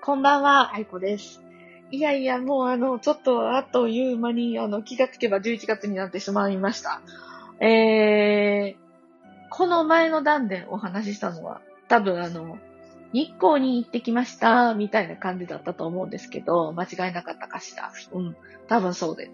こんばんは、あいこです。いやいや、もうちょっとあっという間に、気がつけば11月になってしまいました。この前の段でお話ししたのは、多分日光に行ってきました、みたいな感じだったと思うんですけど、間違いなかったかしら。多分そうです。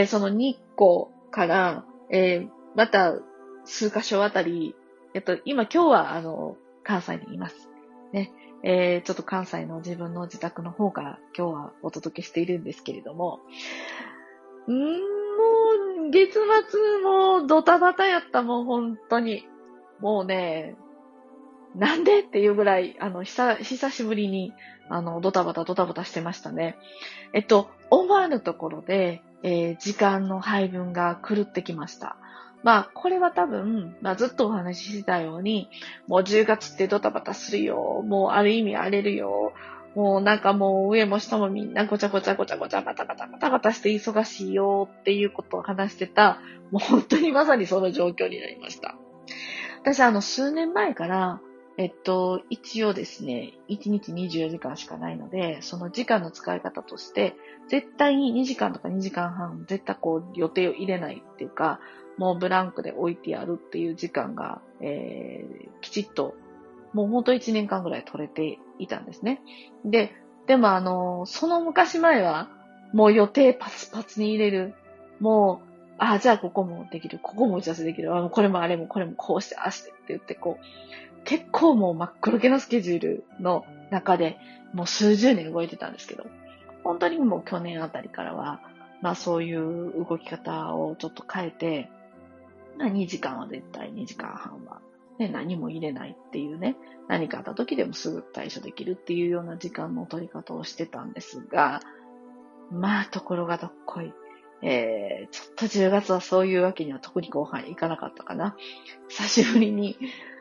その日光から、また数箇所あたり、今日は関西にいます。ね。ちょっと関西の自分の自宅の方から今日はお届けしているんですけれども、もう、月末もドタバタやった、もう本当に。もうね、なんでっていうぐらい、久しぶりに、ドタバタしてましたね。思わぬところで、時間の配分が狂ってきました。これは多分、ずっとお話ししてたように、もう10月ってドタバタするよ。もうある意味荒れるよ。もうなんかもう上も下もみんなごちゃバタバタして忙しいよっていうことを話してた、もう本当にまさにその状況になりました。私数年前から、一応ですね、1日24時間しかないので、その時間の使い方として、絶対に2時間とか2時間半、絶対予定を入れないっていうか、もうブランクで置いてやるっていう時間が、きちっと、もうほんと1年間ぐらい取れていたんですね。でもその昔前は、もう予定パツパツに入れる。もう、じゃあここもできる、ここも打ち合わせできる、これもあれもこれもこうして、ああしてって言って結構もう真っ黒けのスケジュールの中で、もう数十年動いてたんですけど、本当にもう去年あたりからは、そういう動き方をちょっと変えて、2時間は絶対2時間半は、ね、何も入れないっていうね、何かあった時でもすぐ対処できるっていうような時間の取り方をしてたんですが、ところがどっこい。ちょっと10月はそういうわけには特に後半いかなかったかな。久しぶりに、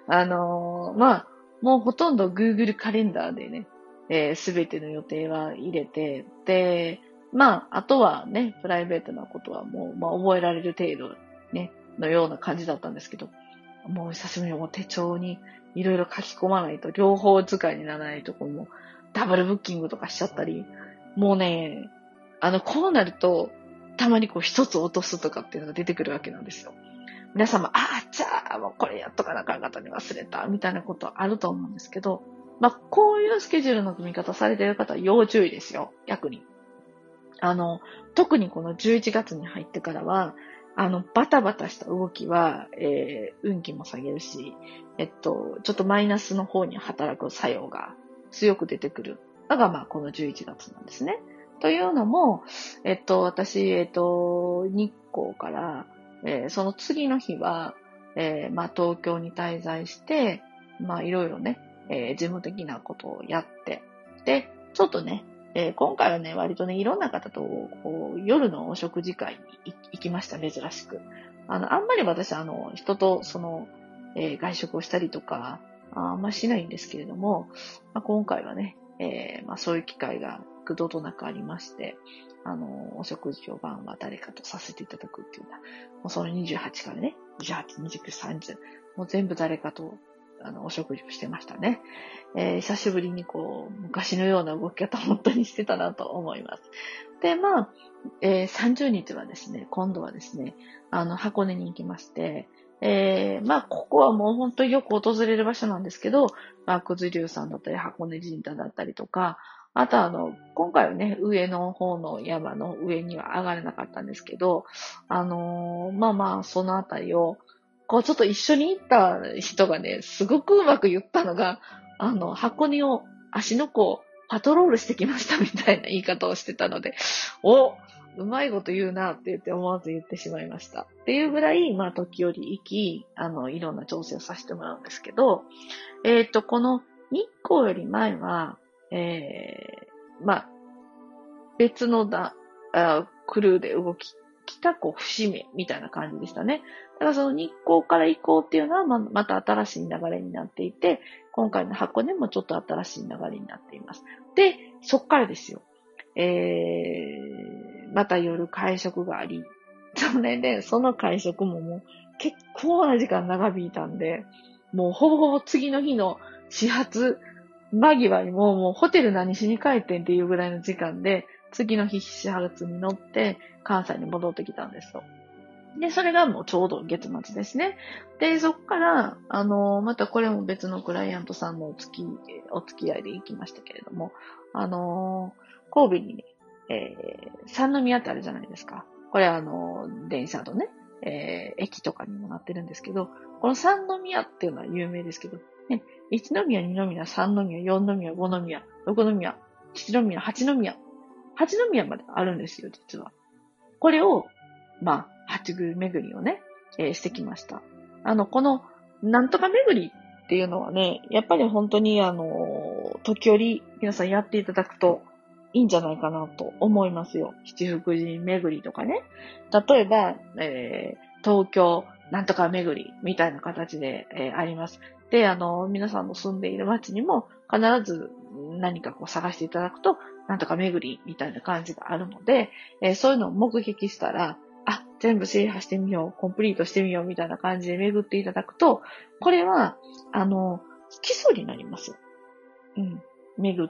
もうほとんど Google カレンダーでね、すべての予定は入れて、で、あとはね、プライベートなことはもう、覚えられる程度、ね、のような感じだったんですけど、もう久しぶりにもう手帳にいろいろ書き込まないと、両方使いにならないともダブルブッキングとかしちゃったり、もうね、こうなると、たまに一つ落とすとかっていうのが出てくるわけなんですよ。皆様、じゃあ、もうこれやっとかなあかんかったに忘れた、みたいなことあると思うんですけど、こういうスケジュールの組み方されている方は要注意ですよ、逆に。特にこの11月に入ってからは、バタバタした動きは、運気も下げるし、ちょっとマイナスの方に働く作用が強く出てくるのが、この11月なんですね。というのも、私、日光から、その次の日は、東京に滞在して、いろいろね、事務的なことをやって、で、ちょっとね、今回はね、割とね、いろんな方と、夜のお食事会に行きました、珍しく。あんまり私、人と、外食をしたりとか、あんましないんですけれども、今回はね、そういう機会が幾度となくありまして、お食事を晩は誰かとさせていただくっていうのは、もうその28からね、28、29、30、もう全部誰かと、お食事をしてましたね。久しぶりに昔のような動き方を本当にしてたなと思います。で、30日はですね、今度はですね、箱根に行きまして、ここはもう本当によく訪れる場所なんですけど、九頭龍さんだったり、箱根神社だったりとか、あと今回はね、上の方の山の上には上がれなかったんですけど、そのあたりを、ちょっと一緒に行った人がね、すごくうまく言ったのが、箱根を足の子パトロールしてきましたみたいな言い方をしてたので、うまいこと言うなって言って思わず言ってしまいました。っていうぐらい、時折行き、いろんな調整をさせてもらうんですけど、この日光より前は、別のクルーで動き来た節目みたいな感じでしたね。だからその日光から行こうっていうのはまた新しい流れになっていて、今回の箱根もちょっと新しい流れになっています。で、そっからですよ。また夜会食があり、それで、その会食ももう結構な時間長引いたんで、もうほぼほぼ次の日の始発間際にもうホテル何しに帰ってんっていうぐらいの時間で、次の日始発に乗って関西に戻ってきたんですよ。で、それがもうちょうど月末ですね。で、そこから、またこれも別のクライアントさんのお付き合いで行きましたけれども、神戸にね、三宮ってあるじゃないですか。これ電車のね、駅とかにもなってるんですけど、この三宮っていうのは有名ですけど、ね、一宮、二宮、三宮、四宮、五宮、六宮、七宮、八宮、八宮まであるんですよ、実は。これを、まあ、八宮巡りをね、してきました。この、なんとか巡りっていうのはね、やっぱり本当に時折皆さんやっていただくといいんじゃないかなと思いますよ。七福神巡りとかね。例えば、東京なんとか巡りみたいな形で、あります。で、皆さんの住んでいる街にも必ず何かこう探していただくと、なんとか巡りみたいな感じがあるので、そういうのを目撃したら、全部制覇してみよう、コンプリートしてみようみたいな感じで巡っていただくと、これは、基礎になります。うん。巡って、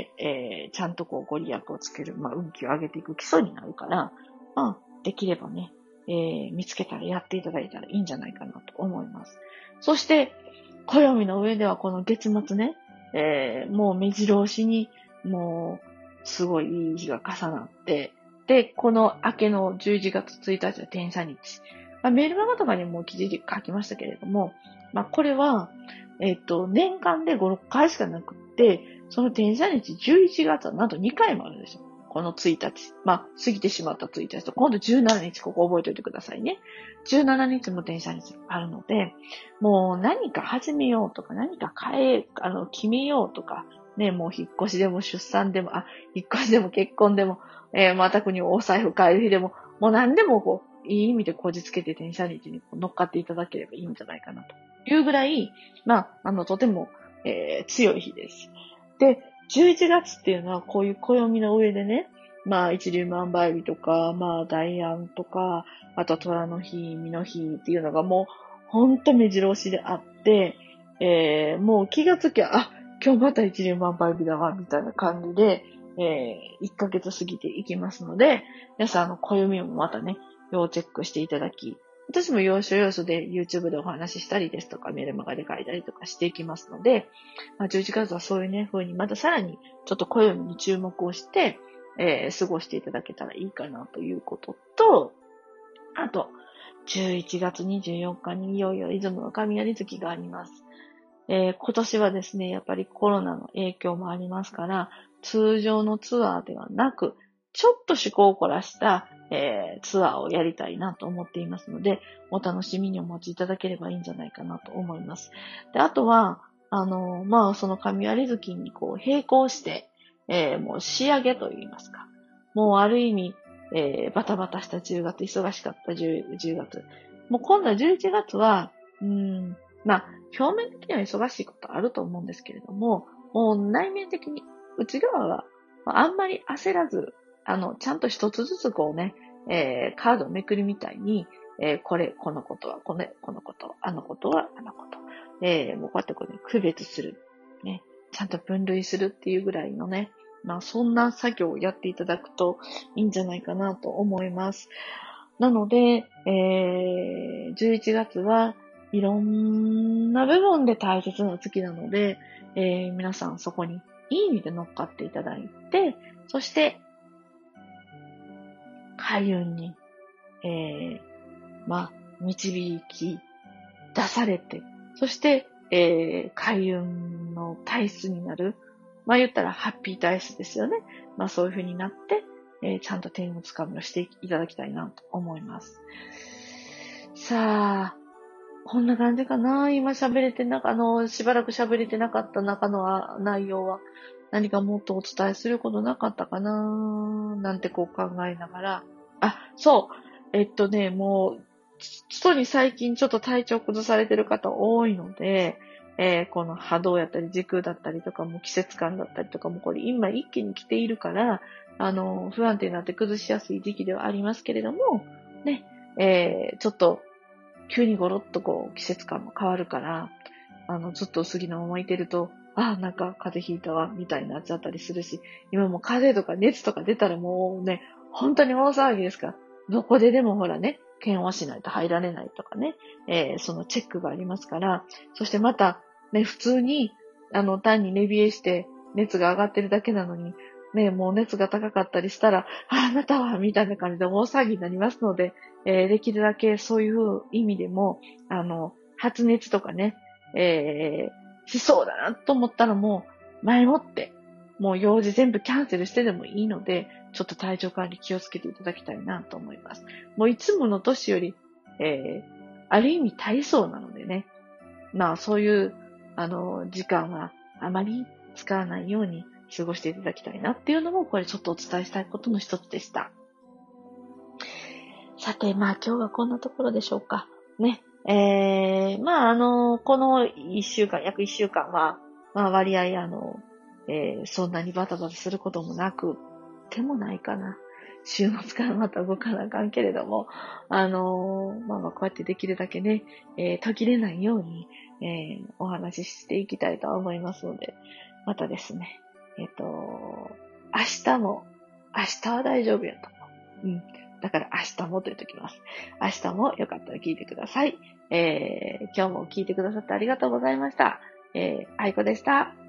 ちゃんとこうご利益をつける、まあ、運気を上げていく基礎になるから、まあ、できればね、見つけたらやっていただいたらいいんじゃないかなと思います。そして、暦の上ではこの月末ね、もう目白押しに、もう、すごいいい日が重なって、で、この明けの11月1日は転写日。まあ、メールマガとかにも記事書きましたけれども、まあ、これは、年間で5、6回しかなくって、その転写日11月はなんと2回もあるんですよ。この1日。まあ、過ぎてしまった1日と、今度17日、ここ覚えておいてくださいね。17日も転写日があるので、もう何か始めようとか、何か決めようとか、ね、もう引っ越しでも出産でも、引っ越しでも結婚でも、また国をお財布買える日でも、もう何でもこう、いい意味でこじつけて転写日に乗っかっていただければいいんじゃないかなというぐらい、まあ、とても、強い日です。で、11月っていうのはこういう暦の上でね、まあ、一粒万倍日とか、まあ、大安とか、あと虎の日、身の日っていうのがもう、ほんと目白押しであって、もう気がつきゃ、今日また一粒万倍日だわ、みたいな感じで、1ヶ月過ぎていきますので、皆さん、暦もまたね、要チェックしていただき、私も要所要所で YouTube でお話ししたりですとか、メルマガで書いたりとかしていきますので、まあ、11月はそういうね、風にまたさらにちょっと暦に注目をして、過ごしていただけたらいいかなということと、あと、11月24日にいよいよ出雲の雷月があります。今年はですね、やっぱりコロナの影響もありますから、通常のツアーではなく、ちょっと趣向を凝らした、ツアーをやりたいなと思っていますので、お楽しみにお待ちいただければいいんじゃないかなと思います。で、あとは、まあ、その雷月にこう並行して、もう仕上げといいますか。もうある意味、バタバタした10月、忙しかった10月。もう今度は11月は、まあ、表面的には忙しいことあると思うんですけれども、もう内面的に、内側は、あんまり焦らず、ちゃんと一つずつこうね、カードをめくりみたいに、このことはこのこと、あのことはあのこと、もうこうやってこうね、区別する。ね、ちゃんと分類するっていうぐらいのね、まあそんな作業をやっていただくといいんじゃないかなと思います。なので、11月はいろんな部分で大切な月なので、皆さんそこにいい意味で乗っかっていただいて、そして、開運に、まあ、導き出されて、そして、開運の体質になる。まあ言ったらハッピー体質ですよね。まあそういう風になって、ちゃんと点をつかみをしていただきたいなと思います。さあ、こんな感じかな。今喋れてしばらく喋れてなかった中の内容は、何かもっとお伝えすることなかったかななんてこう考えながら。そう。もう、人に最近ちょっと体調崩されてる方多いので、この波動やったり時空だったりとかも季節感だったりとかもこれ今一気に来ているから、不安定になって崩しやすい時期ではありますけれども、ね、ちょっと急にゴロッとこう季節感も変わるから、ずっと薄着のままいてると、 なんか風邪ひいたわ、みたいになっちゃったりするし、今もう風邪とか熱とか出たらもうね、本当に大騒ぎですから、どこででもほらね、検温しないと入られないとかね、そのチェックがありますから、そしてまた、ね、普通に、単に寝冷えして熱が上がってるだけなのに、ね、もう熱が高かったりしたら、あなたは、みたいな感じで大騒ぎになりますので、できるだけそういう意味でも、発熱とかね、しそうだなと思ったらもう、前もって、もう用事全部キャンセルしてでもいいので、ちょっと体調管理気をつけていただきたいなと思います。もういつもの年より、ある意味体操なのでね、まあそういう、時間はあまり使わないように過ごしていただきたいなっていうのも、これちょっとお伝えしたいことの一つでした。さて、まあ今日はこんなところでしょうか。ね。まあこの一週間、約一週間は、まあ割合そんなにバタバタすることもなく、でもないかな。週末からまた動かなあかんけれども、まあまあこうやってできるだけね、途切れないように、お話ししていきたいと思いますので、またですね、明日は大丈夫やと思う。うん。だから明日もと言っておきます。明日もよかったら聞いてください。今日も聞いてくださってありがとうございました。愛子でした。